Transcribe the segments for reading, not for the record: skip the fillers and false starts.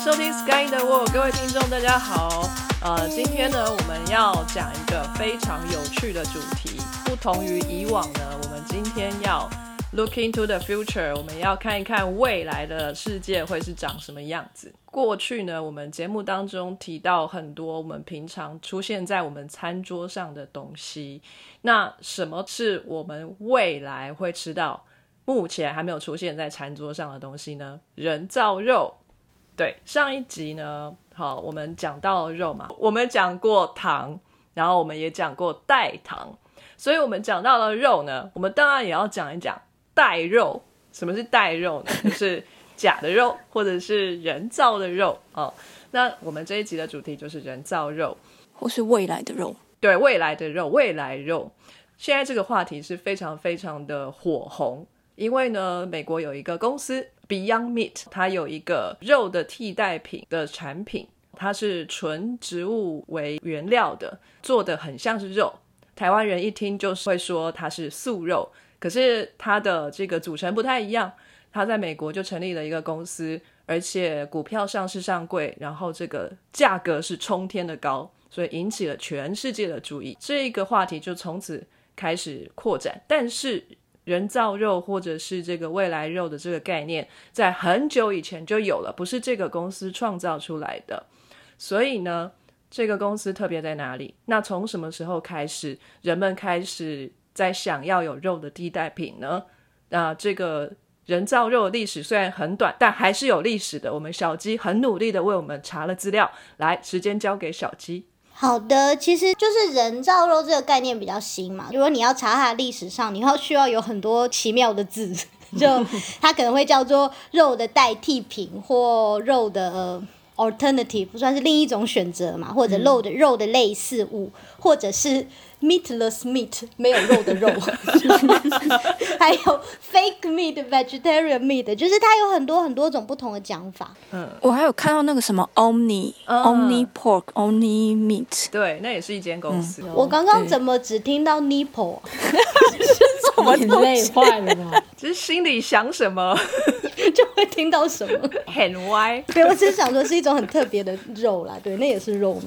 收听 Sky in the World， 各位听众大家好。今天呢，我们要讲一个非常有趣的主题。不同于以往呢，我们今天要 look into the future， 我们要看一看未来的世界会是长什么样子。过去呢，我们节目当中提到很多我们平常出现在我们餐桌上的东西。那什么是我们未来会吃到目前还没有出现在餐桌上的东西呢？人造肉。对，上一集呢，好，我们讲到肉嘛，我们讲过糖，然后我们也讲过代糖，所以我们讲到了肉呢，我们当然也要讲一讲代肉。什么是代肉呢？就是假的肉或者是人造的肉哦。那我们这一集的主题就是人造肉， 或是未来的肉。 对，未来的肉，未来肉。现在这个话题是非常非常的火红，因为呢，美国有一个公司 Beyond Meat， 它有一个肉的替代品的产品，它是纯植物为原料的，做的很像是肉。台湾人一听就会说它是素肉，可是它的这个组成不太一样。它在美国就成立了一个公司，而且股票上市上柜，然后这个价格是冲天的高，所以引起了全世界的注意。这个话题就从此开始扩展。但是人造肉或者是这个未来肉的这个概念在很久以前就有了，不是这个公司创造出来的。所以呢，这个公司特别在哪里？那从什么时候开始人们开始在想要有肉的替代品呢？那这个人造肉的历史虽然很短，但还是有历史的。我们小鸡很努力的为我们查了资料，来，时间交给小鸡。 好的，其实就是人造肉这个概念比较新嘛。如果你要查它的历史上，你需要有很多奇妙的字，就它可能会叫做肉的代替品或肉的alternative， 算是另一种选择嘛，或者肉的类似物，或者是 meatless meat 没有肉的肉还有 fake meat vegetarian meat， 就是它有很多很多种不同的讲法。 我还有看到那个什么 omni pork omni meat， 对，那也是一间公司。 我刚刚怎么只听到 nipple 什么你累坏了吧？ 只是心里想什么就会听到什么很歪。 对，我只是想说是一种很特别的肉啦，对，那也是肉嘛。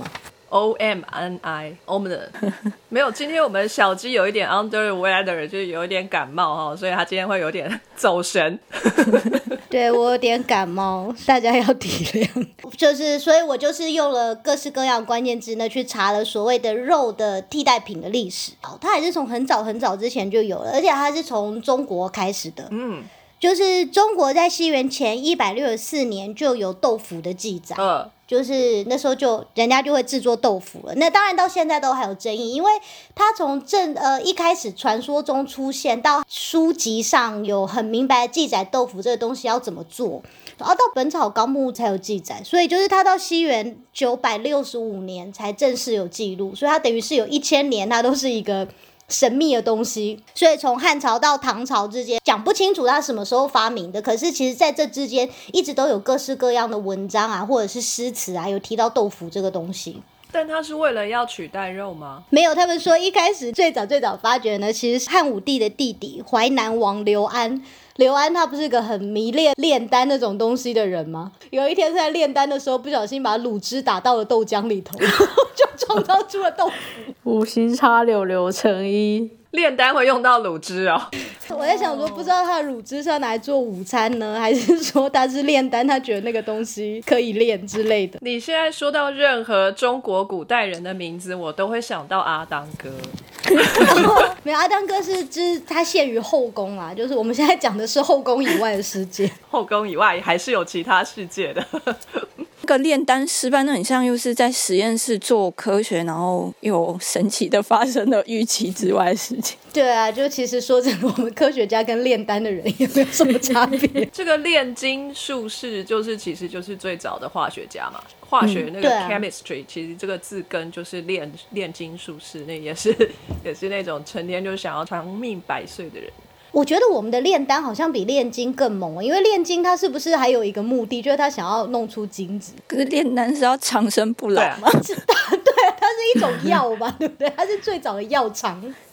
OMNI omni 没有，今天我们小鸡有一点 under the weather， 就是有一点感冒，所以他今天会有点走神对，我有点感冒，大家要体谅。所以我就是用了各式各样的关键字呢，去查了所谓的肉的替代品的历史。它还是从很早很早之前就有了，而且它是从中国开始的。就是中国在西元前164年就有豆腐的记载。就是那时候人家就会制作豆腐了。那当然到现在都还有争议，因为它从一开始传说中出现到书籍上有很明白的记载豆腐这个东西要怎么做，然后到本草纲目才有记载，所以就是它到西元965年才正式有记录，所以它等于是有1000年它都是一个神秘的东西。所以从汉朝到唐朝之间讲不清楚它什么时候发明的，可是其实在这之间一直都有各式各样的文章啊或者是诗词啊有提到豆腐这个东西。 但它是为了要取代肉吗？ 没有，他们说一开始最早发掘呢，其实是汉武帝的弟弟淮南王刘安。刘安他不是个很迷恋炼丹那种东西的人吗？有一天在炼丹的时候不小心把卤汁打到了豆浆里头，然后就创造出了豆腐。 五行插柳柳成一， 炼丹会用到卤汁哦。 我在想说，不知道他的卤汁是要拿来做午餐呢，还是说他是炼丹，他觉得那个东西可以炼之类的。 你现在说到任何中国古代人的名字，我都会想到阿当哥。 没有，阿当哥是他限于后宫啊，就是我们现在讲的是后宫以外的世界。 后宫以外还是有其他世界的。 那个炼丹失败，那很像又是在实验室做科学，然后有神奇的发生了预期之外的事情。 对啊，就其实说真的，我们科学家跟炼丹的人也没有什么差别。 这个炼金术士其实就是最早的化学家嘛。化学那个 chemistry，其实这个字根就是炼金术士，那也是那种成天就想要长命百岁的人。 我觉得我们的炼丹好像比炼金更猛，因为炼金它是不是还有一个目的，就是它想要弄出金子？ 可是炼丹是要长生不老吗？ 对，它是一种药吧，对不对？它是最早的药厂。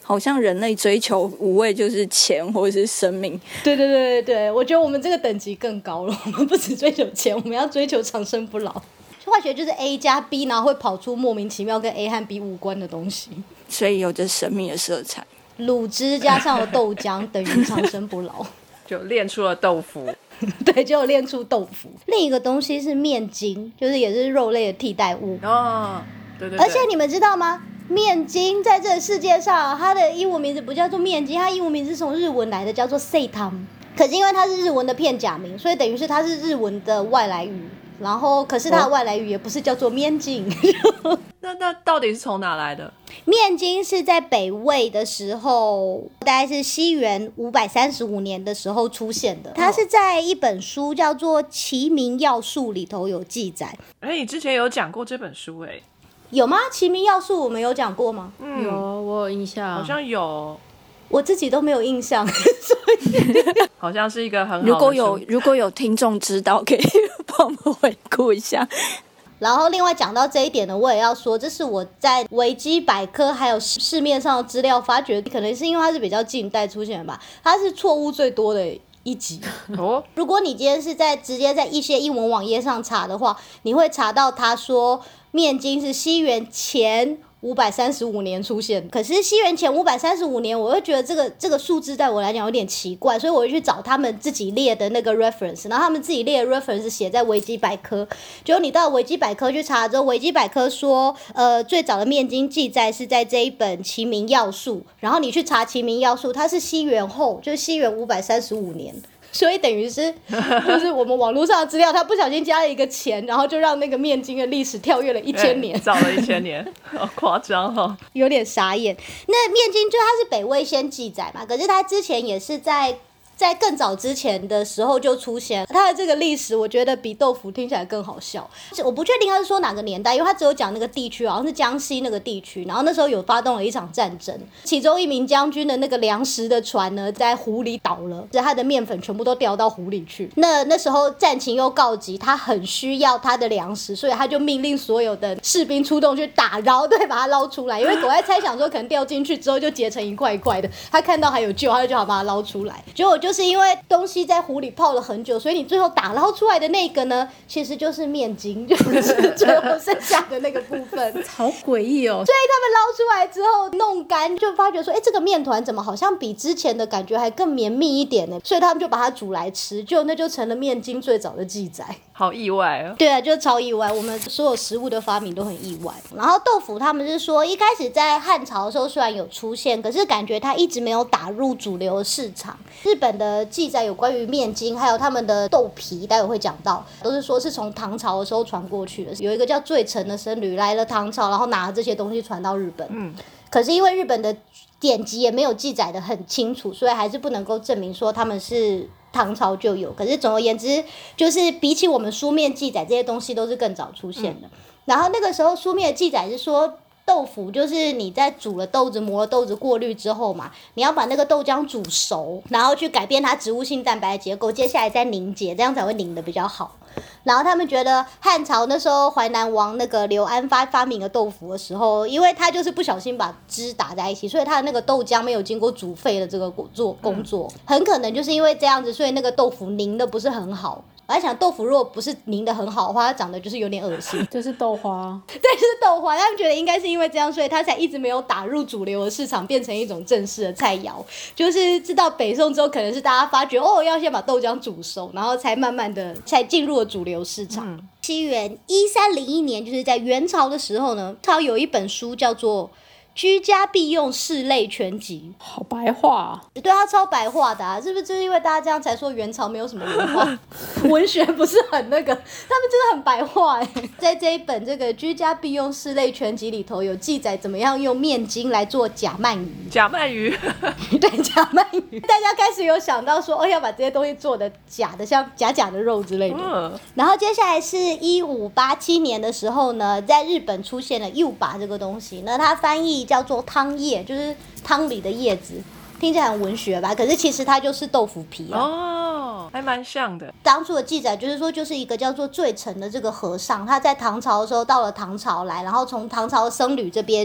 好像人类追求无谓就是钱或者是生命。 对对对对对，我觉得我们这个等级更高了，我们不只追求钱，我们要追求长生不老。化学就是 A 加 B， 然后会跑出莫名其妙跟 A 和 B 无关的东西， 所以有着神秘的色彩。 卤汁加上了豆浆等于长生不老， 就练出了豆腐。 对，就练出豆腐。另一个东西是面筋，就是也是肉类的替代物。 哦，对对对。 而且你们知道吗？面筋在这个世界上，它的英文名字不叫做面筋，它英文名字是从日文来的，叫做 seitan。可是因为它是日文的片假名，所以等于是它是日文的外来语。然后，可是它的外来语也不是叫做面筋。 那到底是从哪来的？ 面筋是在北魏的时候，大概是西元535年的时候出现的。它是在一本书叫做《齐民要术》里头有记载。 你之前有讲过这本书有吗？《齐民要术》我们有讲过吗？ 有，我有印象， 好像有。 我自己都没有印象， 好像是一个很好的书。如果有听众知道，可以帮我们回顾一下。 然后另外讲到这一点呢，我也要说，这是我在维基百科还有市面上的资料发觉，可能是因为它是比较近代出现的吧，它是错误最多的一集。如果你今天是直接在一些英文网页上查的话，你会查到他说面筋是西元前535年出现，可是西元前535年，我会觉得这个数字在我来讲有点奇怪，所以我会去找他们自己列的那个 reference， 然后他们自己列的 reference 写在维基百科，结果你到维基百科去查之后，维基百科说，最早的面筋记载是在这一本《齐民要术》，然后你去查《齐民要术》，它是西元后，就是西元535年。所以等于是，就是我们网络上的资料，他不小心加了一个钱，然后就让那个面筋的历史跳跃了1000年， 早了1000年，好夸张哦， 有点傻眼。那面筋就它是北魏先记载嘛，可是它之前也是在更早之前的时候就出现，它的这个历史我觉得比豆腐听起来更好笑。我不确定他是说哪个年代，因为他只有讲那个地区，好像是江西那个地区，然后那时候有发动了一场战争，其中一名将军的那个粮食的船呢在湖里倒了，他的面粉全部都掉到湖里去。那时候战情又告急，他很需要他的粮食，所以他就命令所有的士兵出动去打捞，对，把它捞出来。因为狗在猜想说可能掉进去之后就结成一块一块的，他看到还有救，他就叫他把它捞出来。结果就是因为东西在湖里泡了很久，所以你最后打捞出来的那个呢，其实就是面筋，就是最后剩下的那个部分。 好诡异哦！ 所以他们捞出来之后弄干，就发觉说，这个面团怎么好像比之前的感觉还更绵密一点呢？所以他们就把它煮来吃，那就成了面筋最早的记载。 好意外哦！ 对啊，就超意外。我们所有食物的发明都很意外。然后豆腐他们是说，一开始在汉朝的时候虽然有出现，可是感觉它一直没有打入主流的市场。日本的记载有关于面筋，还有他们的豆皮，待会会讲到，都是说是从唐朝的时候传过去的。有一个叫最澄的僧侣来了唐朝，然后拿了这些东西传到日本。可是因为日本的典籍也没有记载的很清楚，所以还是不能够证明说他们是唐朝就有。可是总而言之，就是比起我们书面记载，这些东西都是更早出现的。然后那个时候书面的记载是说，豆腐就是你在煮了豆子、磨了豆子、过滤之后嘛，你要把那个豆浆煮熟，然后去改变它植物性蛋白的结构，接下来再凝结，这样才会凝得比较好。然后他们觉得汉朝那时候淮南王那个刘安发明了豆腐的时候，因为他就是不小心把汁打在一起，所以他的那个豆浆没有经过煮沸的这个工作，很可能就是因为这样子，所以那个豆腐凝的不是很好。我在想，豆腐如果不是凝的很好的话，它长得就是有点恶心。 这是豆花， 对，就是豆花。他们觉得应该是因为这样，所以它才一直没有打入主流的市场，变成一种正式的菜肴。就是直到北宋之后，可能是大家发觉要先把豆浆煮熟，然后才慢慢的才进入了主流市场。西元1301年，就是在元朝的时候呢，他有一本书叫做居家必用室内全集， 好白话啊！ 对，它超白话的是不是？就是因为大家这样才说元朝没有什么文化，文学不是很那个，他们真的很白话在这一本这个居家必用室内全集里头有记载怎么样用面筋来做假鳗鱼。 假鳗鱼， 对，假鳗鱼，大家开始有想到说要把这些东西做的假的，像假的肉之类的。然后接下来是1587年的时候呢，在日本出现了柚把这个东西，那它翻译叫做汤叶，就是汤里的叶子，听起来很文学吧？可是其实它就是豆腐皮还蛮像的。 当初的记载就是说，就是一个叫做最澄的这个和尚，他在唐朝的时候到了唐朝来，然后从唐朝的僧侣这边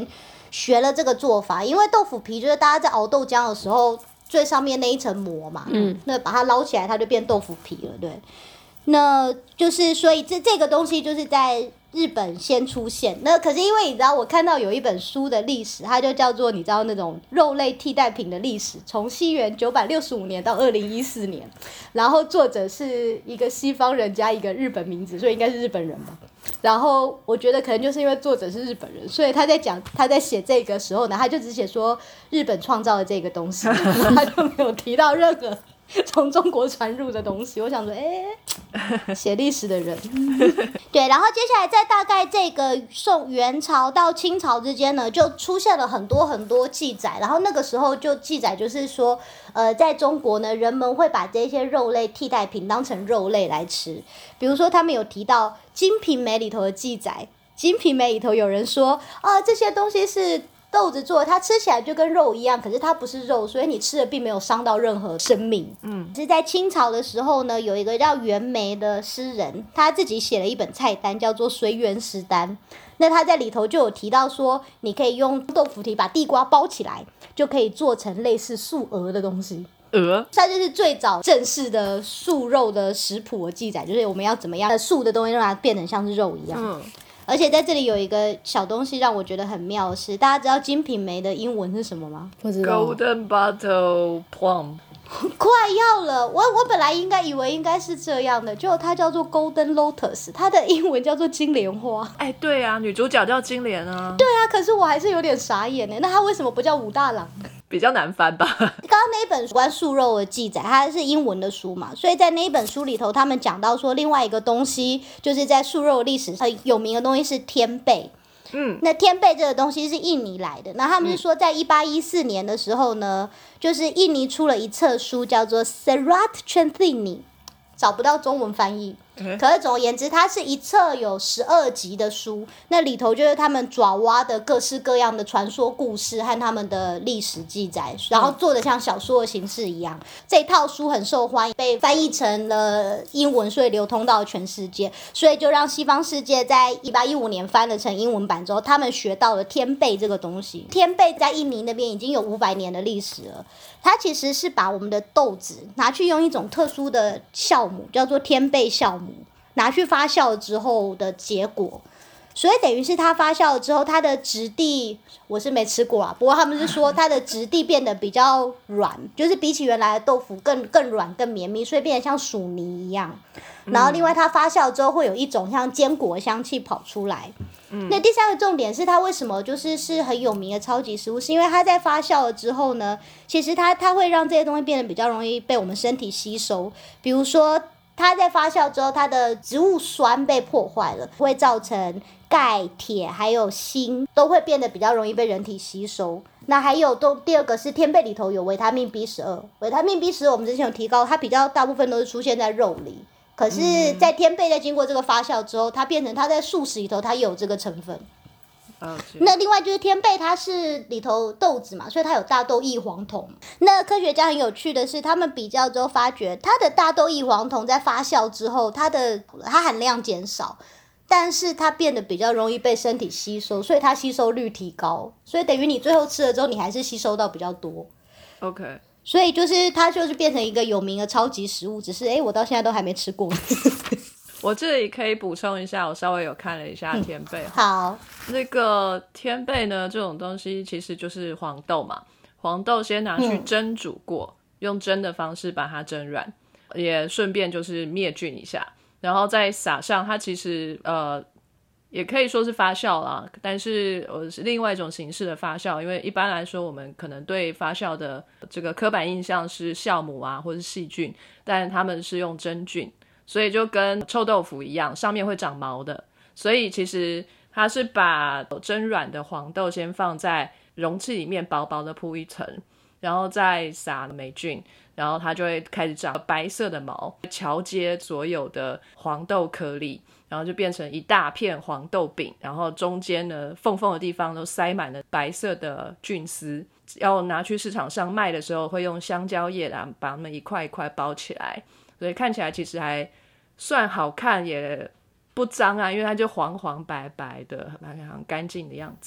学了这个做法，因为豆腐皮就是大家在熬豆浆的时候最上面那一层膜嘛，那把它捞起来它就变豆腐皮了，对。那就是所以这个东西就是在日本先出现，那可是因为你知道我看到有一本书的历史，它就叫做你知道那种肉类替代品的历史，从西元965年到2014年，然后作者是一个西方人加一个日本名字，所以应该是日本人吧。然后我觉得可能就是因为作者是日本人，所以他在写这个时候呢，他就只写说日本创造了这个东西，他就没有提到任何从中国传入的东西。我想说写历史的人对，然后接下来在大概这个元朝到清朝之间呢，就出现了很多很多记载，然后那个时候就记载就是说在中国呢，人们会把这些肉类替代品当成肉类来吃。比如说他们有提到《金瓶梅》里头的记载，《金瓶梅》里头有人说这些东西是豆子做的，它吃起来就跟肉一样，可是它不是肉，所以你吃了并没有伤到任何生命。是在清朝的时候呢，有一个叫袁枚的诗人，他自己写了一本菜单叫做《随园食单》。那他在里头就有提到说，你可以用豆腐皮把地瓜包起来，就可以做成类似素鹅的东西。它就是最早正式的素肉的食谱的记载，就是我们要怎么样素的东西让它变成像是肉一样。而且在这里有一个小东西让我觉得很妙的是，大家知道《金瓶梅》的英文是什么吗？ 不知道。 Golden Bottle Plum 快要了，我本来应该以为应该是这样的，结果它叫做 Golden Lotus， 它的英文叫做金莲花。 对啊，女主角叫金莲啊。 对啊，可是我还是有点傻眼呢，那它为什么不叫武大郎？ 比较难翻吧。 刚刚那一本有关素肉的记载，它是英文的书嘛，所以在那一本书里头，他们讲到说另外一个东西，就是在素肉历史很有名的东西是天贝。那天贝这个东西是印尼来的，那他们是说在1814年的时候呢，就是印尼出了一册书叫做 Serat Centhini， 找不到中文翻译。可是总而言之，它是一册有12集的书，那里头就是他们爪哇的各式各样的传说故事和他们的历史记载，然后做的像小说的形式一样。这套书很受欢迎，被翻译成了英文，所以流通到全世界，所以就让西方世界在1815年翻了成英文版之后，他们学到了天贝这个东西。天贝在印尼那边已经有500年的历史了，它其实是把我们的豆子拿去用一种特殊的酵母，叫做天贝酵母，拿去发酵之后的结果。所以等于是它发酵了之后，它的质地我是没吃过啦，不过他们是说它的质地变得比较软，就是比起原来的豆腐更软更绵密，所以变得像薯泥一样。然后另外它发酵之后会有一种像坚果的香气跑出来。那第三个重点是它为什么是很有名的超级食物，是因为它在发酵了之后呢，其实它会让这些东西变得比较容易被我们身体吸收。比如说它在发酵之后，它的植物酸被破坏了，会造成钙、铁还有锌都会变得比较容易被人体吸收。那还有第二个是天贝里头有维他命 B12， 维他命 B12 我们之前有提到，它比较大部分都是出现在肉里，可是在天贝在经过这个发酵之后，它变成它在素食里头它也有这个成分。那另外就是天贝它是里头豆子嘛，所以它有大豆异黄酮。那科学家很有趣的是，他们比较之后发觉它的大豆异黄酮在发酵之后，它含量减少，但是它变得比较容易被身体吸收，所以它吸收率提高，所以等于你最后吃了之后你还是吸收到比较多。 OK， 所以它就是变成一个有名的超级食物，只是我到现在都还没吃过。 我这里可以补充一下，我稍微有看了一下天贝。 好， 那个天贝呢，这种东西其实就是黄豆嘛，黄豆先拿去蒸煮过，用蒸的方式把它蒸软，也顺便就是灭菌一下，然后再撒上它其实也可以说是发酵啦，但是是另外一种形式的发酵，因为一般来说我们可能对发酵的这个刻板印象是酵母啊或是细菌，但他们是用真菌，所以就跟臭豆腐一样，上面会长毛的。所以其实它是把蒸软的黄豆先放在容器里面薄薄的铺一层，然后再撒霉菌，然后它就会开始长白色的毛，桥接所有的黄豆颗粒，然后就变成一大片黄豆饼，然后中间呢缝缝的地方都塞满了白色的菌丝。要拿去市场上卖的时候，会用香蕉叶啦把它们一块一块包起来，所以看起来其实还算好看，也不脏啊，因为它就黄黄白白的，很干净的样子。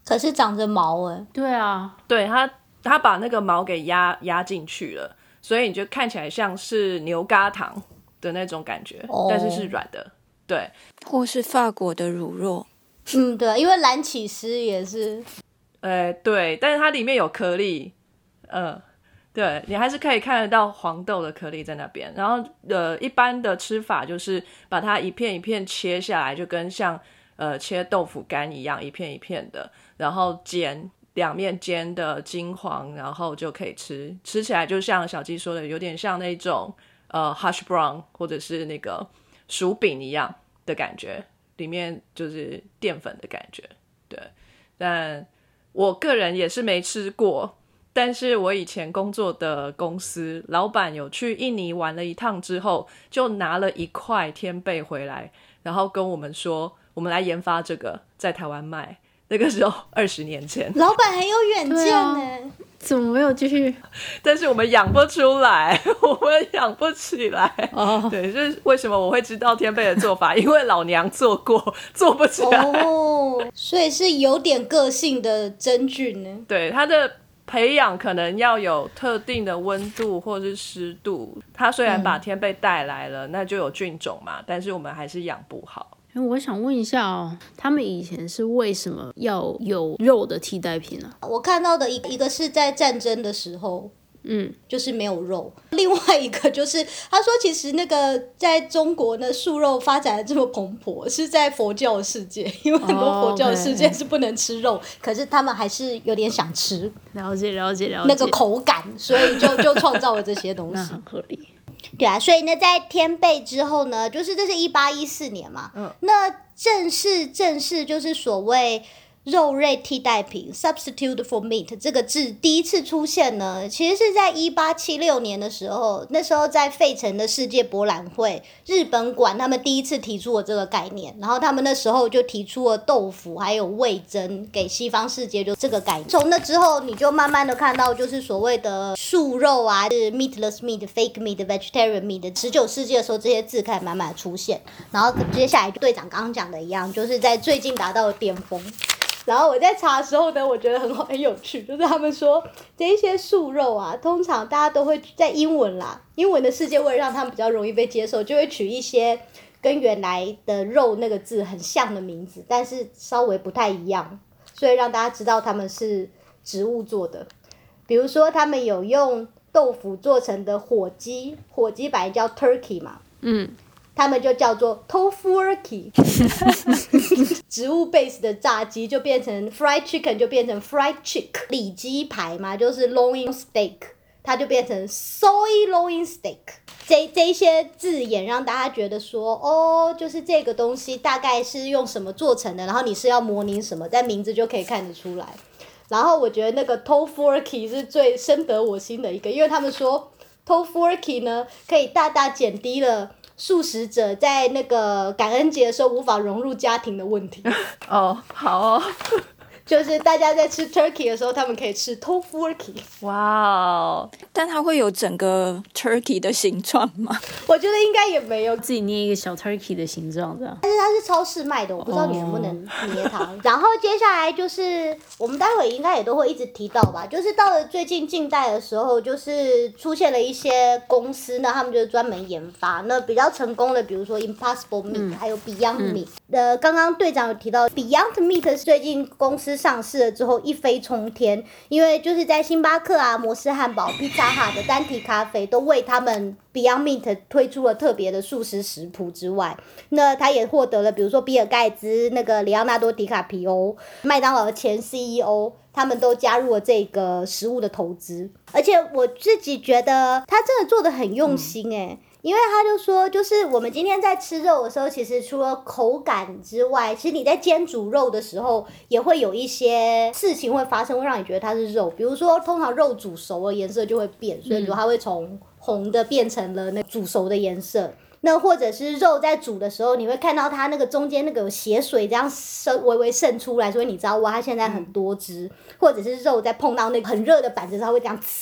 可是长着毛哎。 对啊， 对，它把那个毛给压进去了，所以你就看起来像是牛轧糖的那种感觉，但是是软的。对， 或是法国的乳酪。 对，因为蓝起司也是。 对，但是它里面有颗粒，对，你还是可以看得到黄豆的颗粒在那边。然后一般的吃法就是把它一片一片切下来，就跟像切豆腐干一样，一片一片的，然后煎，两面煎的金黄，然后就可以吃。吃起来就像小鸡说的，有点像那种hash brown 或者是那个薯饼一样的感觉，里面就是淀粉的感觉。对，但我个人也是没吃过。但是我以前工作的公司老板有去印尼玩了一趟之后，就拿了一块天贝回来，然后跟我们说我们来研发这个在台湾卖。那个时候20年前， 老板很有远见呢。 怎么没有继续？ 但是我们养不出来，我们养不起来。对，就是为什么我会知道天贝的做法，因为老娘做过，做不起来。 所以是有点个性的真菌呢。 对，它的培养可能要有特定的温度或是湿度。它虽然把天贝带来了，那就有菌种嘛，但是我们还是养不好。 我想问一下哦，他们以前是为什么要有肉的替代品呢？ 我看到的一个是在战争的时候，就是没有肉。另外一个就是他说，其实那个在中国呢，素肉发展的这么蓬勃，是在佛教的世界，因为很多佛教的世界是不能吃肉，可是他们还是有点想吃， 了解那个口感，所以就创造了这些东西， 那很合理。 对啊，所以呢，在天贝之后呢，就是这是1814年嘛，那正式就是所谓肉类替代品 substitute for meat 这个字第一次出现呢，其实是在1876年的时候，那时候在费城的世界博览会日本馆他们第一次提出了这个概念，然后他们那时候就提出了豆腐还有味噌给西方世界，就这个概念。从那之后你就慢慢的看到就是所谓的素肉啊，是 meatless meat fake meat vegetarian meat 19世纪的时候这些字开始慢慢的出现，然后接下来队长刚刚讲的一样，就是在最近达到了巅峰。然后我在查的时候呢，我觉得很有趣，就是他们说这一些素肉啊，通常大家都会在英文的世界为了让他们比较容易被接受，就会取一些跟原来的肉那个字很像的名字，但是稍微不太一样，所以让大家知道他们是植物做的。比如说他们有用豆腐做成的火鸡本来叫 turkey 嘛，他们就叫做 tofurkey 植物 base 的炸鸡就变成 fried chicken 就变成 fried chick 里脊排嘛，就是 loin steak 它就变成 soy loin steak 这一些字眼让大家觉得说就是这个东西大概是用什么做成的，然后你是要模拟什么，在名字就可以看得出来。然后我觉得那个 tofurkey 是最深得我心的一个，因为他们说 tofurkey 呢可以大大减低了素食者在那个感恩节的时候无法融入家庭的问题。 好哦。 就是大家在吃 turkey 的时候，他们可以吃 tofurkey。 哇哦！ 但它会有整个 turkey 的形状吗？ 我觉得应该也没有， 自己捏一个小 turkey 的形状这样。 但是它是超市卖的，我不知道你能不能捏它。然后接下来就是我们待会应该也都会一直提到吧，就是到了最近近代的时候，就是出现了一些公司呢，他们就是专门研发那比较成功的，比如说 Impossible Meat，还有 Beyond Meat。刚刚队长有提到 Beyond Meat 是最近公司上市了之后一飞冲天，因为就是在星巴克啊、摩斯汉堡、Pizza Hut 的单体咖啡都为他们 Beyond Meat 推出了特别的素食食谱之外，那他也获得了比如说比尔盖茨、那个里奥纳多·迪卡皮欧、麦当劳的前 CEO， 他们都加入了这个食物的投资。而且我自己觉得他真的做得很用心因为他就说，就是我们今天在吃肉的时候，其实除了口感之外，其实你在煎煮肉的时候，也会有一些事情会发生，会让你觉得它是肉。比如说，通常肉煮熟了，颜色就会变，所以比如它会从红的变成了那煮熟的颜色。那或者是肉在煮的时候，你会看到它那个中间那个有血水这样微微渗出来，所以你知道哇，它现在很多汁。或者是肉在碰到那个很热的板子，它会这样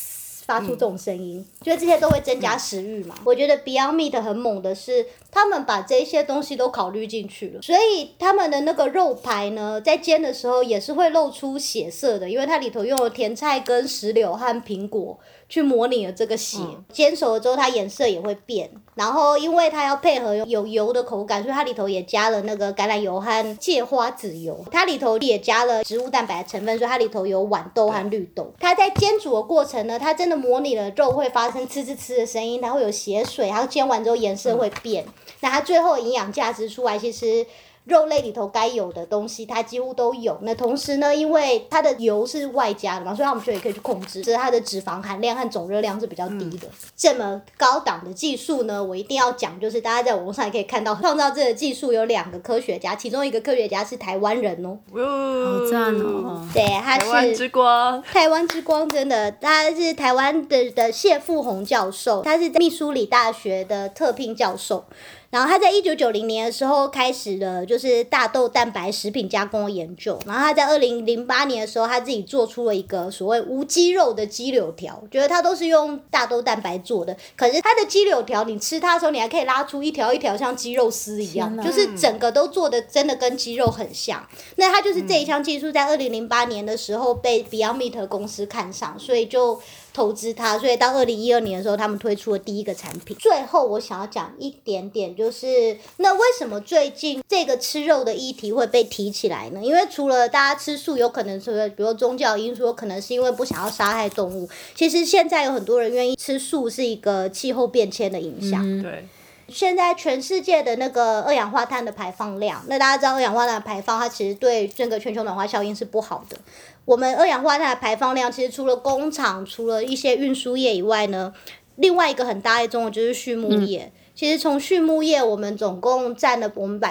发出这种声音，觉得这些都会增加食欲嘛。我觉得 Beyond Meat 很猛的是，他们把这些东西都考虑进去了，所以他们的那个肉排呢，在煎的时候也是会露出血色的，因为它里头用了甜菜跟石榴和苹果去模拟了这个血，煎熟了之后它颜色也会变，然后因为它要配合有油的口感，所以它里头也加了那个橄榄油和芥花籽油，它里头也加了植物蛋白的成分，所以它里头有豌豆和绿豆。它在煎煮的过程呢，它真的模拟了肉会发生呲呲呲的声音，它会有血水，然后煎完之后颜色会变，那它最后营养价值出来，其实肉类里头该有的东西它几乎都有。那同时呢，因为它的油是外加的嘛，所以我们就也可以去控制，所以它的脂肪含量和总热量是比较低的。这么高档的技术呢，我一定要讲，就是大家在网络上也可以看到，创造这个技术有2个科学家，其中一个科学家是台湾人哦， 好赞哦！ 对，他是台湾之光， 台湾之光，真的，他是台湾的谢富宏教授，他是在密苏里大学的特聘教授。然后他在1990年的时候开始了就是大豆蛋白食品加工的研究，然后他在2008年的时候他自己做出了一个所谓无肌肉的鸡柳条，觉得他都是用大豆蛋白做的，可是他的鸡柳条你吃它的时候你还可以拉出一条一条像鸡肉丝一样，就是整个都做的真的跟鸡肉很像。那他就是这一项技术在2008年的时候被 Beyond Meat 公司看上，所以就投资它，所以到2012年的时候他们推出了第一个产品。最后我想要讲一点点，就是那为什么最近这个吃肉的议题会被提起来呢？因为除了大家吃素有可能是比如宗教因素，有可能是因为不想要杀害动物，其实现在有很多人愿意吃素是一个气候变迁的影响。 对， 现在全世界的那个二氧化碳的排放量，那大家知道二氧化碳的排放它其实对整个全球暖化效应是不好的。我们二氧化碳的排放量其实除了工厂除了一些运输业以外呢，另外一个很大一种就是畜牧业。其实从畜牧业我们总共占了我们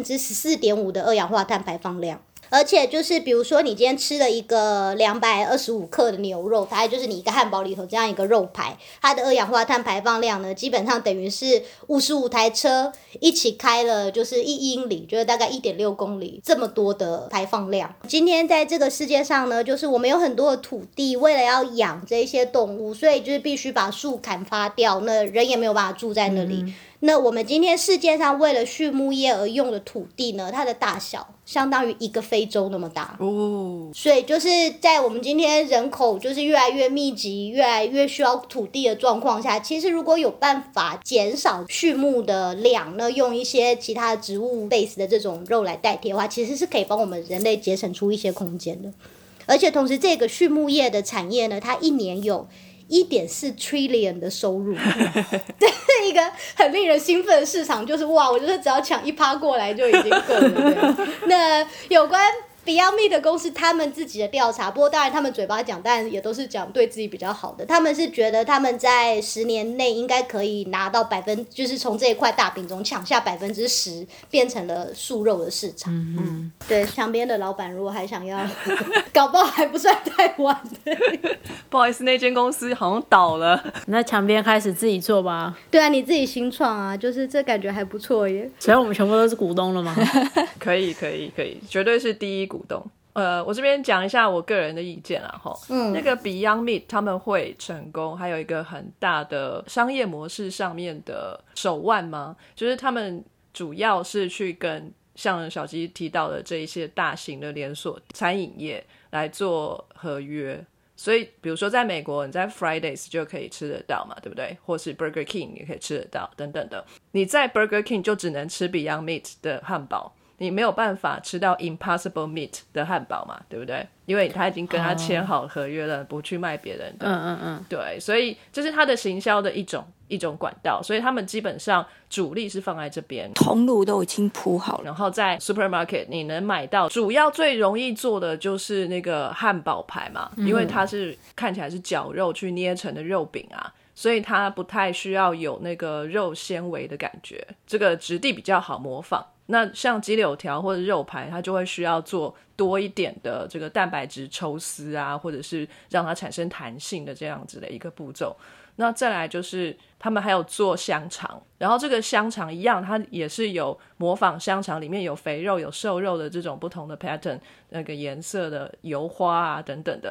14.5%的二氧化碳排放量。而且就是比如说你今天吃了一个225克的牛肉，大概就是你一个汉堡里头这样一个肉排，它的二氧化碳排放量呢，基本上等于是55台车一起开了就是1英里，就是大概1.6公里这么多的排放量。今天在这个世界上呢，就是我们有很多的土地，为了要养这些动物，所以就是必须把树砍伐掉，那人也没有办法住在那里。那我们今天世界上为了畜牧业而用的土地呢，它的大小相当于一个非洲那么大哦，所以就是在我们今天人口就是越来越密集、越来越需要土地的状况下，其实如果有办法减少畜牧的量，那用一些其他植物 base 的这种肉来代替的话，其实是可以帮我们人类节省出一些空间的。而且同时这个畜牧业的产业呢，它一年有1.4 trillion 的收入，这是一个很令人兴奋的市场，就是哇，我觉得只要抢1%过来就已经够了。那有关Beyond Meat 的公司他们自己的调查，不过当然他们嘴巴讲，当然也都是讲对自己比较好的。他们是觉得他们在10年内应该可以拿到就是从这一块大饼中抢下10%，变成了素肉的市场。对，墙边的老板如果还想要，搞不好还不算太晚的。 不好意思，那间公司好像倒了。 你在墙边开始自己做吧。 对啊，你自己新创啊，就是这感觉还不错耶。 所以我们全部都是股东了吗？ 可以，绝对是第一股东。我这边讲一下我个人的意见啦齁。那个 Beyond Meat 他们会成功，还有一个很大的商业模式上面的手腕吗？就是他们主要是去跟像小鸡提到的这一些大型的连锁餐饮业来做合约。所以比如说在美国你在 Fridays 就可以吃得到嘛，对不对？或是 Burger King 也可以吃得到等等的。你在 Burger King 就只能吃 Beyond Meat 的汉堡，你没有办法吃到 Impossible Meat 的汉堡嘛，对不对？因为他已经跟他签好合约了，不去卖别人的。对，所以这是他的行销的一种管道，所以他们基本上主力是放在这边， 通路都已经铺好了。 然后在 supermarket 你能买到，主要最容易做的就是那个汉堡排嘛，因为它是看起来是绞肉去捏成的肉饼啊，所以它不太需要有那个肉纤维的感觉，这个质地比较好模仿。那像鸡柳条或者肉排，它就会需要做多一点的这个蛋白质抽丝啊，或者是让它产生弹性的这样子的一个步骤。那再来就是他们还有做香肠，然后这个香肠一样，它也是有模仿香肠里面有肥肉有瘦肉的这种不同的 pattern， 那个颜色的油花啊等等的。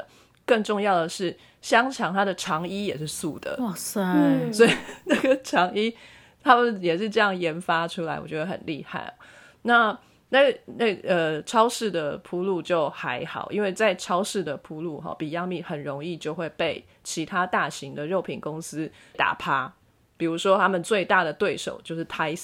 更重要的是香肠它的肠衣也是素的， 哇塞， 所以那个肠衣他们也是这样研发出来，我觉得很厉害。那超市的铺路就还好，因为在超市的铺路Beyond Meat 很容易就会被其他大型的肉品公司打趴。比如说他们最大的对手就是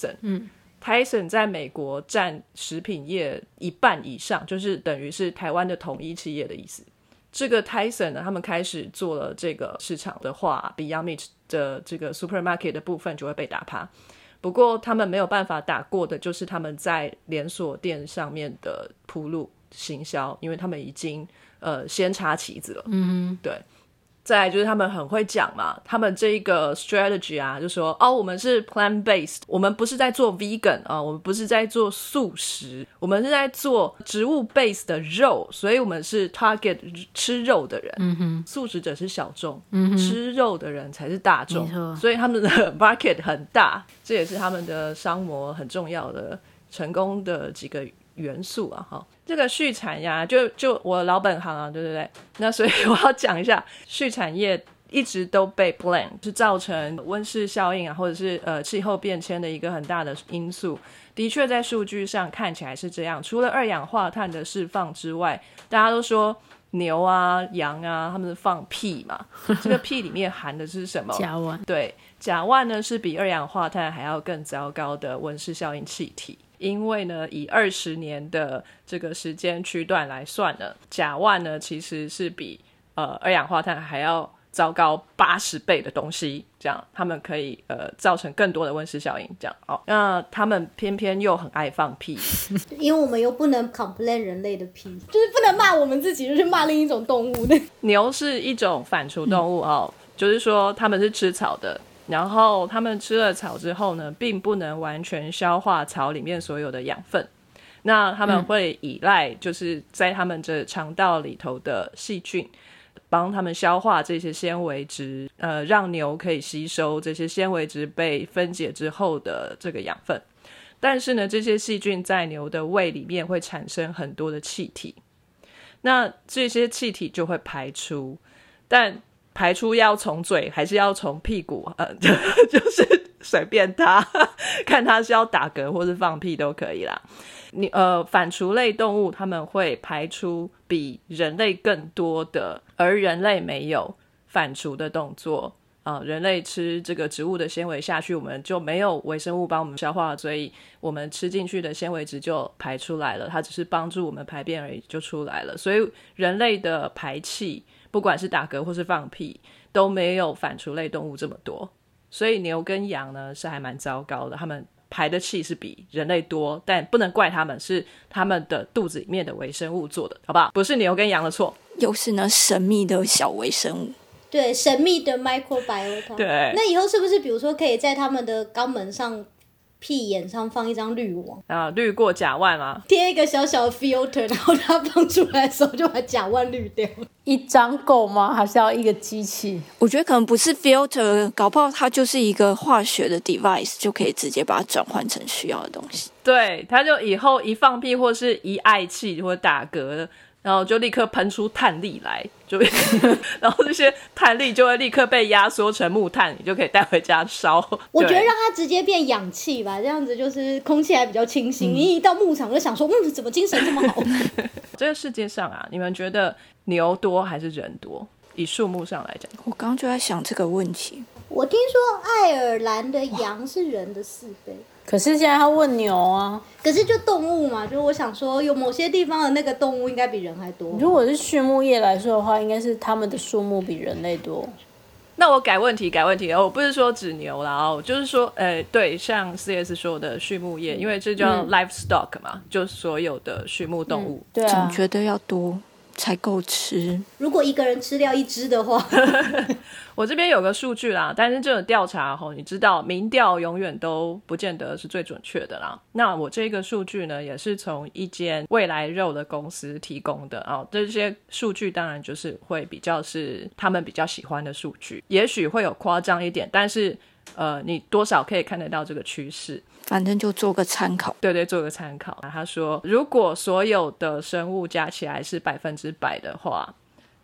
Tyson，Tyson 在美国占食品业一半以上，就是等于是台湾的统一企业的意思。这个 Tyson 呢，他们开始做了这个市场的话， Beyond Meat 的这个 supermarket 的部分就会被打趴。不过他们没有办法打过的就是他们在连锁店上面的铺路行销，因为他们已经先插旗子了。对。再来就是他们很会讲嘛，他们这一个 strategy 啊，就说我们是 plant based， 我们不是在做 vegan 我们不是在做素食，我们是在做植物 based 的肉，所以我们是 target 吃肉的人。素食者是小众，吃肉的人才是大众，所以他们的 market 很大，这也是他们的商模很重要的成功的几个元素啊。这个畜产呀，就我老本行啊，对不对？那所以我要讲一下，畜产业一直都被 blame 是造成温室效应啊，或者是气候变迁的一个很大的因素。的确在数据上看起来是这样，除了二氧化碳的释放之外，大家都说牛啊羊啊他们放屁嘛，这个屁里面含的是什么？ 甲烷。 对，甲烷呢是比二氧化碳还要更糟糕的温室效应气体。因为呢以20年的这个时间区段来算呢，甲烷呢其实是比二氧化碳还要糟糕80倍的东西，这样他们可以造成更多的温室效应，这样那他们偏偏又很爱放屁， 因为我们又不能 complain 人类的屁，就是不能骂我们自己，就是骂另一种动物的。 牛是一种反刍动物就是说他们是吃草的，然后他们吃了草之后呢，并不能完全消化草里面所有的养分，那他们会依赖就是在他们这肠道里头的细菌帮他们消化这些纤维质，让牛可以吸收这些纤维质被分解之后的这个养分。但是呢，这些细菌在牛的胃里面会产生很多的气体，那这些气体就会排出，但排出要从嘴还是要从屁股就是随便他看他是要打嗝或是放屁都可以啦。反刍类动物他们会排出比人类更多的，而人类没有反刍的动作人类吃这个植物的纤维下去，我们就没有微生物帮我们消化，所以我们吃进去的纤维质就排出来了，它只是帮助我们排便而已就出来了。所以人类的排气不管是打嗝或是放屁都没有反刍类动物这么多，所以牛跟羊呢是还蛮糟糕的，他们排的气是比人类多，但不能怪他们，是他们的肚子里面的微生物做的，好不好？不是牛跟羊的错， 又是那神秘的小微生物。 对，神秘的 microbiota。 对， 那以后是不是比如说可以在他们的肛门上屁眼上放一张滤网滤过甲烷吗？ 贴一个小小的 filter， 然后它放出来的时候就把甲烷滤掉。 一张够吗？还是要一个机器？ 我觉得可能不是 filter， 搞不好它就是一个化学的 device， 就可以直接把它转换成需要的东西。 对，它就以后一放屁或是一嗳气或打嗝，然后就立刻喷出碳粒来，然后这些碳粒就会立刻被压缩成木炭，你就可以带回家烧。 我觉得让它直接变氧气吧，这样子就是空气还比较清新。你一到牧场就想说，怎么精神这么好？ 这个世界上啊，你们觉得牛多还是人多？以数目上来讲， 我刚刚就在想这个问题。 我听说爱尔兰的羊是人的4倍。 可是现在他问牛啊， 可是就动物嘛，就我想说，有某些地方的那个动物应该比人还多。 如果是畜牧业来说的话，应该是他们的数目比人类多。 那我改问题，我不是说指牛啦我就是说，对，像 CS 说的畜牧业，因为这叫 livestock 嘛，就所有的畜牧动物。 对啊， 总觉得要多才够吃。 如果一个人吃掉1只的话， 我这边有个数据啦，但是这种调查你知道民调永远都不见得是最准确的啦。那我这个数据呢，也是从一间未来肉的公司提供的这些数据当然就是会比较是他们比较喜欢的数据，也许会有夸张一点，但是你多少可以看得到这个趋势， 反正就做个参考。 对，做个参考。他说如果所有的生物加起来是100%的话，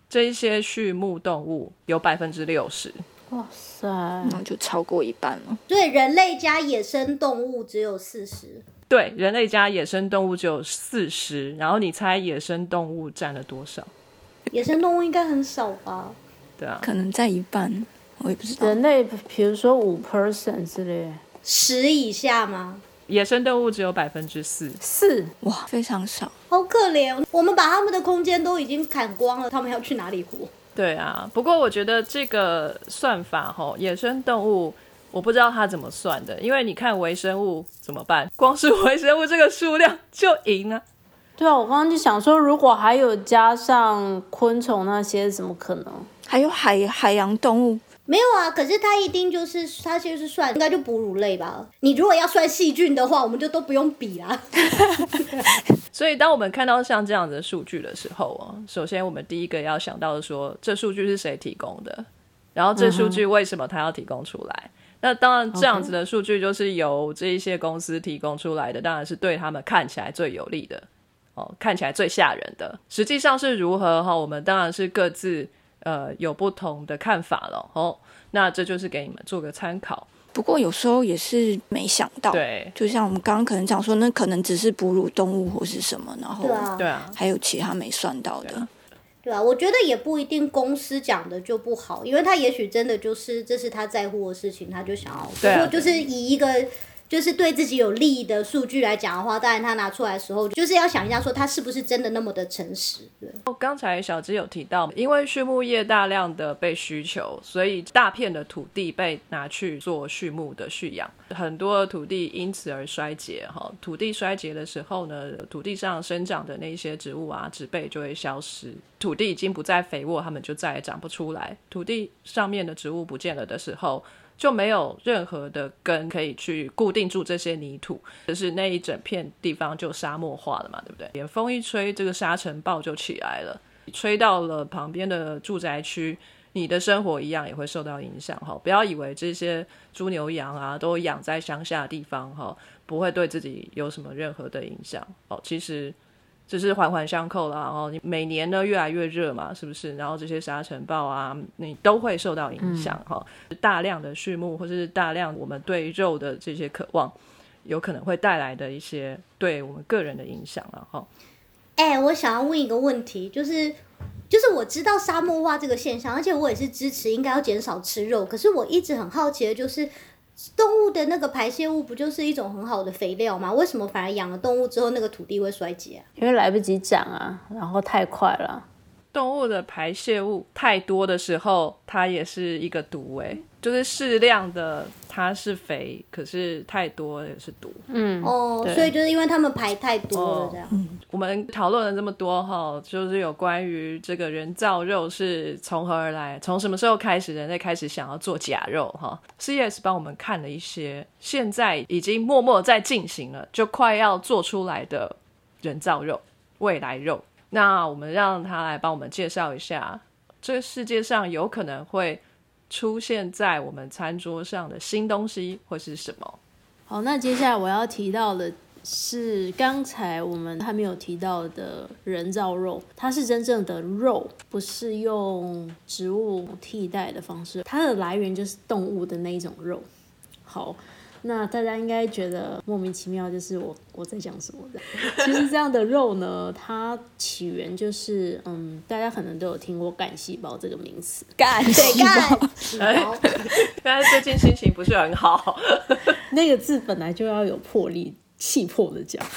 这一些畜牧动物有60%。 哇塞， 那就超过一半了。 对，人类加野生动物只有40%。 对，人类加野生动物只有40%，然后你猜野生动物占了多少？ 野生动物应该很少吧？ 对啊， 可能在一半，我也不知道。 人类比如说5% 之类 10以下吗？ 野生动物只有4%。 ，4 哇，非常少。 好可怜，我们把他们的空间都已经砍光了，他们要去哪里活？ 对啊，不过我觉得这个算法野生动物我不知道它怎么算的，因为你看微生物怎么办？光是微生物这个数量就赢啊。 对啊，我刚刚就想说，如果还有加上昆虫那些，怎么可能？ 还有海洋动物， 没有啊，可是它一定就是它就是算应该就哺乳类吧。你如果要算细菌的话，我们就都不用比啦。 所以当我们看到像这样子的数据的时候首先我们第一个要想到的说，这数据是谁提供的，然后这数据为什么他要提供出来。那当然这样子的数据就是由这一些公司提供出来的，当然是对他们看起来最有利的看起来最吓人的。实际上是如何我们当然是各自有不同的看法了那这就是给你们做个参考。 不过有时候也是没想到， 对， 就像我们刚刚可能讲说，那可能只是哺乳动物或是什么，然后对啊， 还有其他没算到的。 对啊，我觉得也不一定公司讲的就不好，因为他也许真的就是这是他在乎的事情，他就想要。 对啊， 不过就是以一个就是对自己有利的数据来讲的话，当然他拿出来的时候，就是要想一下说他是不是真的那么的诚实。对， 刚才小芝有提到，因为畜牧业大量的被需求，所以大片的土地被拿去做畜牧的蓄养，很多的土地因此而衰竭土地衰竭的时候呢，土地上生长的那些植物啊植被就会消失，土地已经不再肥沃，它们就再也长不出来。土地上面的植物不见了的时候，就没有任何的根可以去固定住这些泥土，就是那一整片地方就沙漠化了嘛，对不对？连风一吹，这个沙尘暴就起来了，吹到了旁边的住宅区，你的生活一样也会受到影响。不要以为这些猪牛羊啊都养在乡下的地方不会对自己有什么任何的影响其实只是环环相扣啦你每年呢越来越热嘛，是不是？然后这些沙尘暴啊你都会受到影响大量的畜牧或是大量我们对肉的这些渴望，有可能会带来的一些对我们个人的影响啦我想要问一个问题，就是我知道沙漠化这个现象，而且我也是支持应该要减少吃肉，可是我一直很好奇的就是动物的那个排泄物不就是一种很好的肥料吗？为什么反而养了动物之后那个土地会衰竭因为来不及长啊，然后太快了。 动物的排泄物太多的时候，它也是一个毒就是适量的它是肥，可是太多也是毒。 所以就是因为他们排太多了这样。 我们讨论了这么多就是有关于这个人造肉是从何而来，从什么时候开始人类开始想要做假肉CES 帮我们看了一些现在已经默默在进行了，就快要做出来的人造肉、未来肉。那我们让他来帮我们介绍一下这个世界上有可能会出现在我们餐桌上的新东西会是什么。 好，那接下来我要提到的是刚才我们还没有提到的人造肉，它是真正的肉，不是用植物替代的方式，它的来源就是动物的那一种肉。好，那大家应该觉得莫名其妙，就是我在讲什么的。其实这样的肉呢，它起源就是大家可能都有听过干细胞这个名词。 干细胞， 但是最近心情不是很好那个字本来就要有魄力，气魄的讲。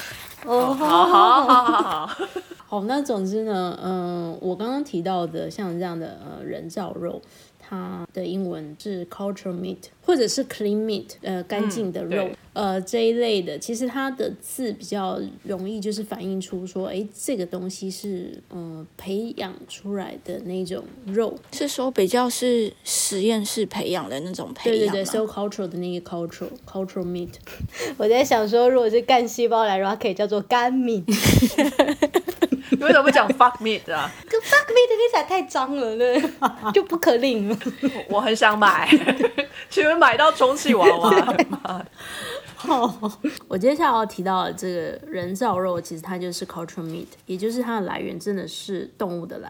好好，那总之呢，我刚刚提到的像这样的人造肉，它的英文是 culture meat 或者是 clean meat， 干净的肉，这一类的，其实它的字比较容易就是反映出说，这个东西是培养出来的那种肉， 是说比较是实验室培养的那种培养吗？ 对 cell culture 的那个 culture meat。 我在想说，如果是干细胞来的话，可以叫做干米。 你为什么不讲 fuck meat 啊？ 可 fuck meat 听起来太脏了，对，就不可领了。 我很想买，请问买到充气娃娃？ 我接下来要提到的这个人造肉，其实它就是 culture meat， 也就是它的来源真的是动物的来源。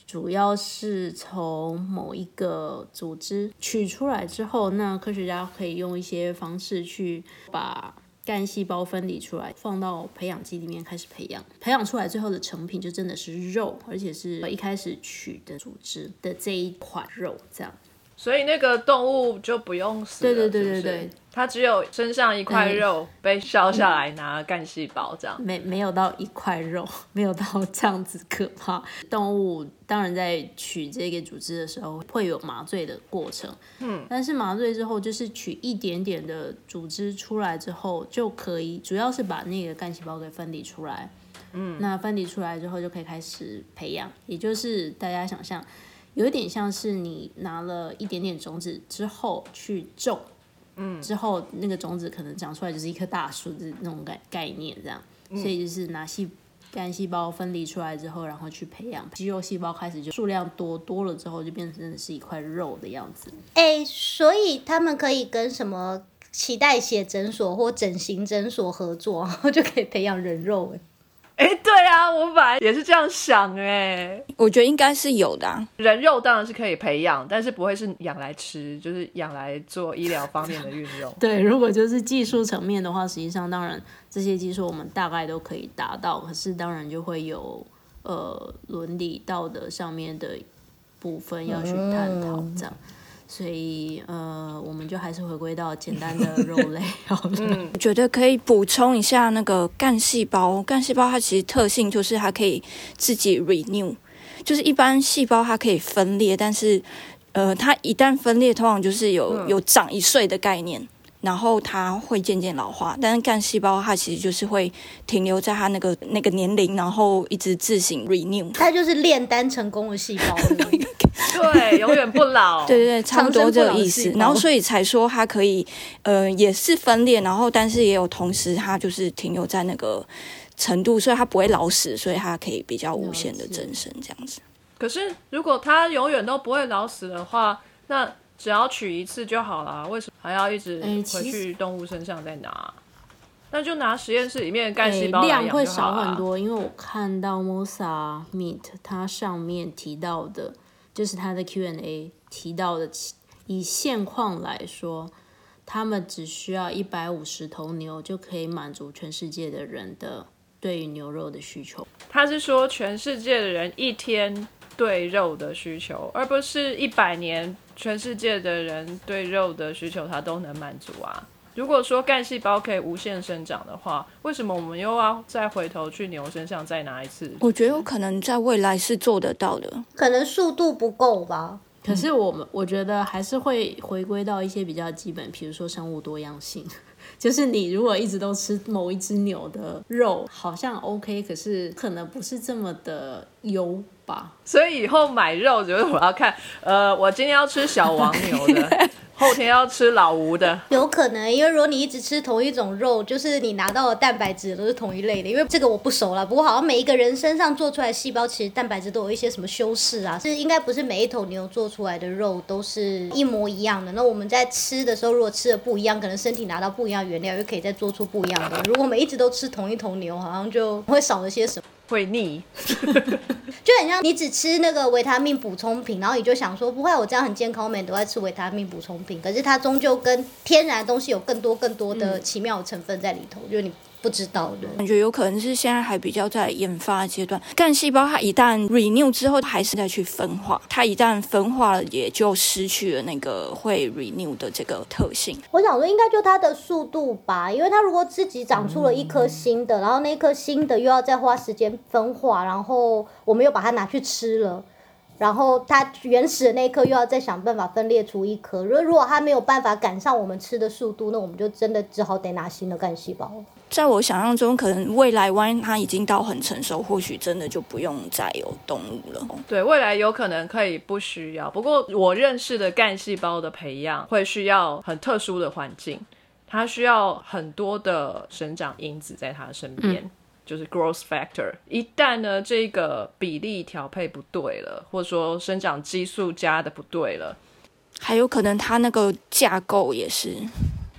主要是从某一个组织取出来之后，那科学家可以用一些方式去把干细胞分离出来，放到培养基里面开始培养，培养出来最后的成品就真的是肉，而且是一开始取的组织的这一款肉这样。 所以那个动物就不用死了， 对对对对是不是对， 它只有身上一块肉被削下来拿干细胞这样。 没有到一块肉，没有到这样子可怕。动物当然在取这个组织的时候会有麻醉的过程，但是麻醉之后就是取一点点的组织出来之后就可以，主要是把那个干细胞给分离出来。那分离出来之后就可以开始培养，也就是大家想象有一点像是你拿了一点点种子之后去种，之后那个种子可能长出来就是一棵大树的那种概念这样，所以就是拿干细胞分离出来之后，然后去培养肌肉细胞，开始就数量多了之后，就变成真的是一块肉的样子。 所以他们可以跟什么脐带血诊所或整形诊所合作，然后就可以培养人肉。 对啊，我本来也是这样想我觉得应该是有的啊。 人肉当然是可以培养，但是不会是养来吃，就是养来做医疗方面的运用。 对，如果就是技术层面的话，实际上当然这些技术我们大概都可以达到，可是当然就会有伦理道德上面的部分要去探讨这样。所以我们就还是回归到简单的肉类好了。 我觉得可以补充一下那个干细胞它其实特性就是它可以自己 renew， 就是一般细胞它可以分裂，但是它一旦分裂通常就是有长1岁的概念，然后它会渐渐老化，但是干细胞它其实就是会停留在它那个年龄，然后一直自行 renew， 它就是炼丹成功的细胞。 对，永远不老。 对对对，差不多这个意思。然后所以才说它可以也是分裂，然后但是也有同时它就是停留在那个程度，所以它不会老死，所以它可以比较无限的增生这样子。 可是如果它永远都不会老死的话，那只要取一次就好啦，为什么还要一直回去动物身上再拿？那就拿实验室里面的干细胞来养就好啦。 量会少很多，因为我看到 Mosa Meat 它上面提到的，就是它的 Q&A 提到的，以现况来说，他们只需要150头牛就可以满足全世界的人的对于牛肉的需求。 他是说全世界的人一天对肉的需求，而不是100年全世界的人对肉的需求他都能满足啊。如果说干细胞可以无限生长的话，为什么我们又要再回头去牛身上再拿一次？ 我觉得有可能在未来是做得到的， 可能速度不够吧。 可是我觉得还是会回归到一些比较基本，比如说生物多样性。就是你如果一直都吃某一只牛的肉，好像 OK， 可是可能不是这么的优吧。 所以以后买肉就是我要看，我今天要吃小王牛的，后天要吃老吴的。 有可能，因为如果你一直吃同一种肉，就是你拿到的蛋白质都是同一类的。因为这个我不熟了，不过好像每一个人身上做出来的细胞，其实蛋白质都有一些什么修饰啊，是应该不是每一头牛做出来的肉都是一模一样的。那我们在吃的时候，如果吃的不一样，可能身体拿到不一样的原料，又可以再做出不一样的。如果我们一直都吃同一头牛，好像就会少了些什么。 会腻， 就很像你只吃那个维他命补充品，然后你就想说不会，我这样很健康，我每天都在吃维他命补充品，可是它终究跟天然的东西有更多的奇妙的成分在里头，就是你不知道的。 感觉有可能是现在还比较在研发的阶段。干细胞它一旦 renew 之后，还是再去分化，它一旦分化了，也就失去了那个会 renew 的这个特性。 我想说应该就它的速度吧，因为它如果自己长出了一颗新的，然后那颗新的又要再花时间分化，然后我们又把它拿去吃了，然后它原始的那一颗又要再想办法分裂出一颗。如果它没有办法赶上我们吃的速度，那我们就真的只好得拿新的干细胞。 在我想象中，可能未来万一它已经到很成熟，或许真的就不用再有动物了。 对，未来有可能可以不需要。不过我认识的干细胞的培养会需要很特殊的环境，它需要很多的生长因子在它身边。就是 growth factor， 一旦呢这个比例调配不对了，或者说生长激素加的不对了， 还有可能它那个架构也是。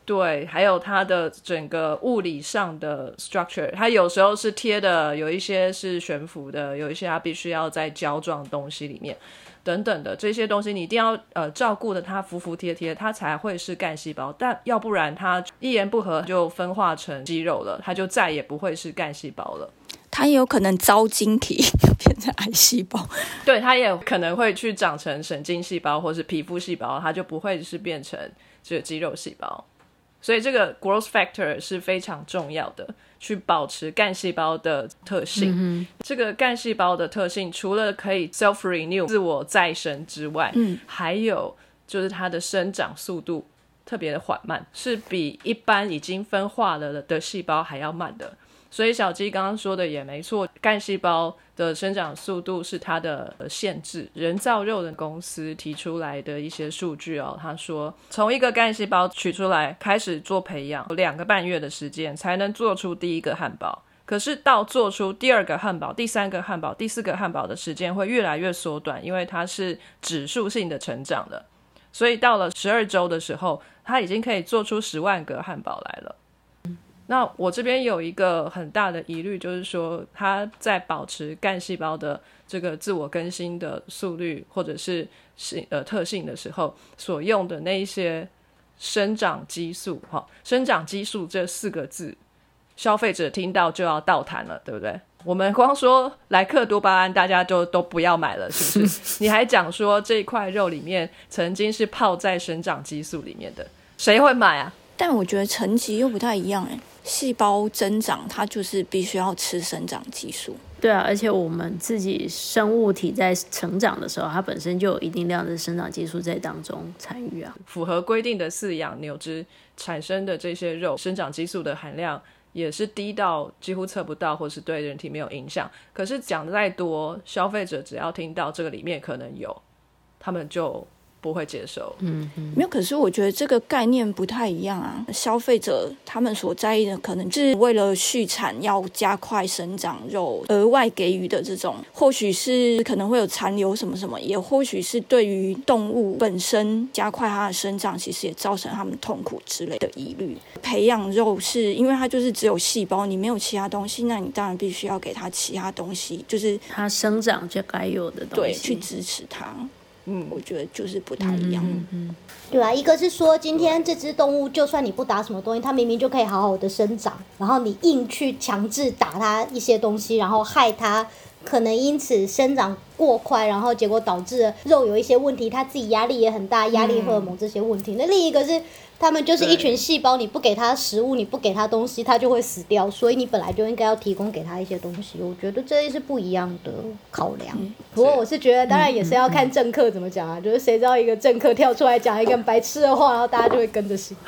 对，还有它的整个物理上的 structure， 它有时候是贴的，有一些是悬浮的，有一些它必须要在胶状东西里面等等的，这些东西你一定要照顾的它服服帖帖，它才会是干细胞，但要不然它一言不合就分化成肌肉了，它就再也不会是干细胞了。 它也有可能遭晶体变成癌细胞， 对，它也有可能会去长成神经细胞或是皮肤细胞，它就不会是变成这个肌肉细胞。所以这个 growth factor 是非常重要的，去保持干细胞的特性。这个干细胞的特性除了可以 self renew 自我再生之外，还有就是它的生长速度特别的缓慢，是比一般已经分化了的细胞还要慢的。所以小鸡刚刚说的也没错，干细胞的生长速度是它的限制。人造肉的公司提出来的一些数据哦，他说从一个干细胞取出来开始做培养，2个半月的时间才能做出第一个汉堡，可是到做出第2个汉堡、第3个汉堡、第4个汉堡的时间会越来越缩短，因为它是指数性的成长的。所以到了12周的时候，它已经可以做出10万个汉堡来了。那我这边有一个很大的疑虑，就是说它在保持干细胞的这个自我更新的速率或者是特性的时候，所用的那一些生长激素，生长激素这4个字，消费者听到就要倒弹了，对不对？我们光说莱克多巴胺大家就都不要买了，是不是？你还讲说这块肉里面曾经是泡在生长激素里面的，谁会买啊？ 但我觉得层级又不太一样细胞增长它就是必须要吃生长激素。 对啊，而且我们自己生物体在成长的时候，它本身就有一定量的生长激素在当中参与啊。 符合规定的饲养牛只产生的这些肉，生长激素的含量也是低到几乎测不到，或是对人体没有影响。可是讲再多，消费者只要听到这个里面可能有，他们就不会接受。 没有，可是我觉得这个概念不太一样啊。消费者他们所在意的可能是为了畜产要加快生长肉额外给予的这种，或许是可能会有残留什么什么，也或许是对于动物本身加快它的生长其实也造成他们痛苦之类的疑虑。培养肉是因为它就是只有细胞，你没有其他东西，那你当然必须要给它其他东西，就是它生长就该有的东西， 对，去支持它。我觉得就是不太一样。 对啊，一个是说今天这只动物就算你不打什么东西，它明明就可以好好的生长，然后你硬去强制打它一些东西，然后害它可能因此生长过快，然后结果导致肉有一些问题，它自己压力也很大，压力荷尔蒙这些问题。那另一个是他们就是一群细胞，你不给它食物，你不给它东西，它就会死掉，所以你本来就应该要提供给它一些东西。我觉得这是不一样的考量。不过我是觉得当然也是要看政客怎么讲啊，就是谁知道一个政客跳出来讲一个白痴的话，然后大家就会跟着信。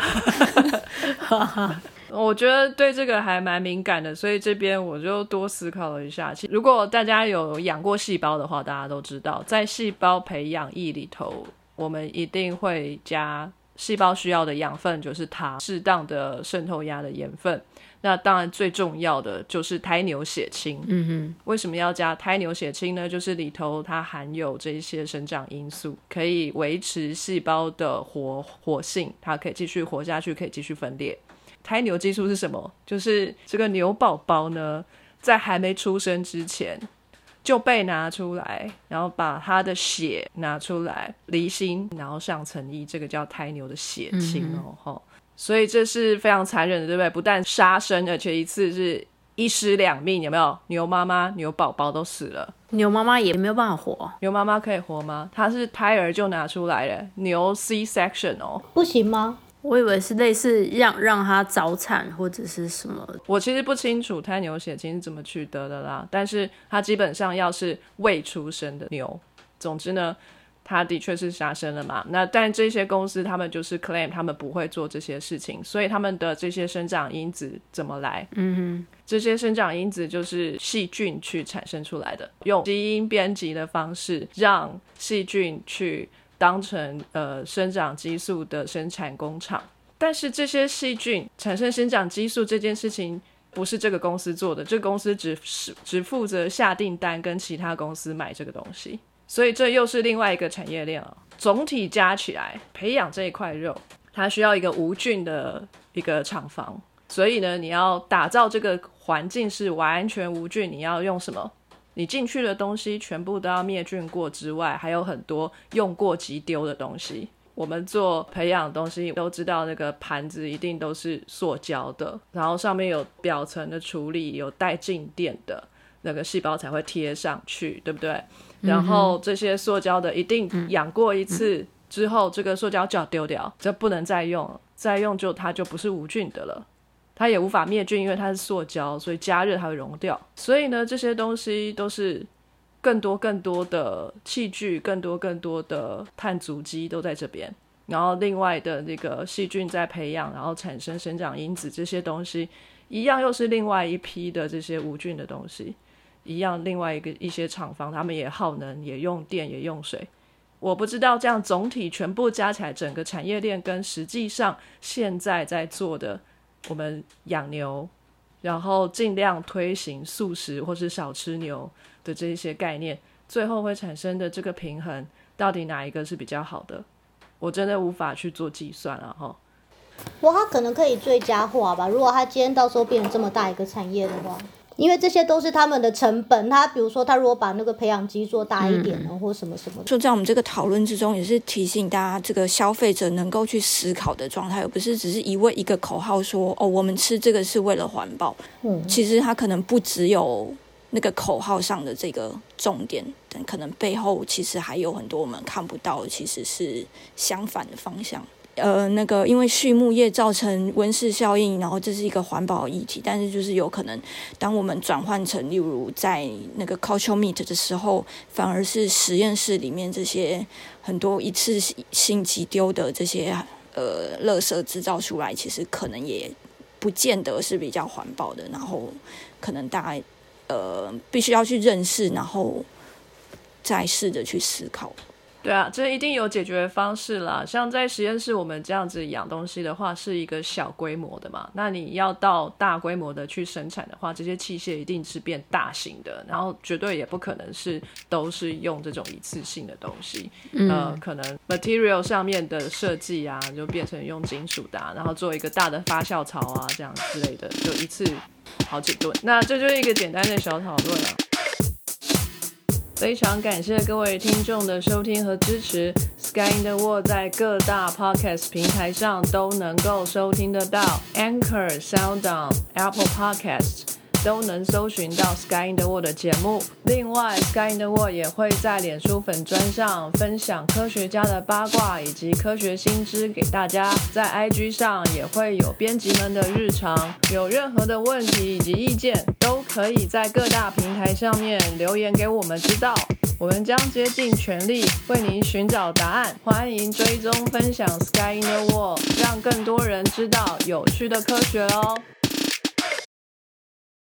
我觉得对这个还蛮敏感的，所以这边我就多思考了一下。其实如果大家有养过细胞的话，大家都知道在细胞培养液里头，我们一定会加细胞需要的养分，就是糖，适当的渗透压的盐分。那当然最重要的就是胎牛血清。为什么要加胎牛血清呢？就是里头它含有这些生长因素，可以维持细胞的活性，它可以继续活下去，可以继续分裂。胎牛激素是什么？就是这个牛宝宝呢，在还没出生之前就被拿出来，然后把它的血拿出来离心，然后上层衣，这个叫胎牛的血清哦。所以这是非常残忍的，对不对？不但杀生，而且一次是1尸2命，有没有？牛妈妈、牛宝宝都死了， 牛妈妈也没有办法活。 牛妈妈可以活吗？它是胎儿就拿出来了，牛 C-section 哦， 不行吗？ 我以为是类似让它早产或者是什么。 我其实不清楚胎牛血清是怎么取得的啦，但是它基本上要是未出生的牛，总之呢它的确是杀生了嘛。那但这些公司他们就是 claim 他们不会做这些事情，所以他们的这些生长因子怎么来？这些生长因子就是细菌去产生出来的，用基因编辑的方式让细菌去当成生长激素的生产工厂。但是这些细菌产生生长激素这件事情不是这个公司做的，这个公司只负责下订单跟其他公司买这个东西，所以这又是另外一个产业链了。总体加起来培养这一块肉它需要一个无菌的一个厂房，所以呢，你要打造这个环境是完全无菌，你要用什么？你进去的东西全部都要灭菌过之外，还有很多用过即丢的东西。我们做培养的东西都知道，那个盘子一定都是塑胶的，然后上面有表层的处理，有带静电的，那个细胞才会贴上去，对不对？然后这些塑胶的一定养过一次之后，这个塑胶就要丢掉，这不能再用了，再用它就不是无菌的了，它也无法灭菌，因为它是塑胶，所以加热它会溶掉。所以呢，这些东西都是更多的器具，更多的碳足迹都在这边。然后另外的那个细菌在培养，然后产生生长因子，这些东西一样又是另外一批的这些无菌的东西，一样另外一些厂房他们也耗能，也用电，也用水。我不知道这样总体全部加起来，整个产业链跟实际上现在在做的我们养牛，然后尽量推行素食或是少吃牛的这些概念，最后会产生的这个平衡，到底哪一个是比较好的？我真的无法去做计算了哈。 它可能可以最佳化吧，如果它今天到时候变成这么大一个产业的话，因为这些都是他们的成本。他比如说，他如果把那个培养基做大一点呢，或什么什么的。 就在我们这个讨论之中，也是提醒大家，这个消费者能够去思考的状态，而不是只是一味一个口号说哦，我们吃这个是为了环保。其实它可能不只有那个口号上的这个重点，但可能背后其实还有很多我们看不到的，其实是相反的方向。因为畜牧业造成温室效应，然后这是一个环保议题，但是就是有可能当我们转换成例如在那个 cultural meat 的时候，反而是实验室里面这些很多一次性即丢的这些垃圾制造出来，其实可能也不见得是比较环保的，然后可能大家必须要去认识，然后再试着去思考。 对啊，这一定有解决方式啦。像在实验室我们这样子养东西的话，是一个小规模的嘛，那你要到大规模的去生产的话，这些器械一定是变大型的，然后绝对也不可能都是用这种一次性的东西。可能 material 上面的设计啊，就变成用金属的然后做一个大的发酵槽啊，这样之类的，就一次好几吨。那这就是一个简单的小讨论啊。非常感谢各位听众的收听和支持。Sky in the World 在各大 podcast 平台上都能够收听得到 Anchor、SoundOn、Apple Podcasts 都能搜寻到 Sky in the World 的节目。另外 Sky in the World 也会在脸书粉专上分享科学家的八卦以及科学新知给大家，在 IG 上也会有编辑们的日常。有任何的问题以及意见都可以在各大平台上面留言给我们知道，我们将竭尽全力为您寻找答案。欢迎追踪分享 Sky in the World， 让更多人知道有趣的科学哦。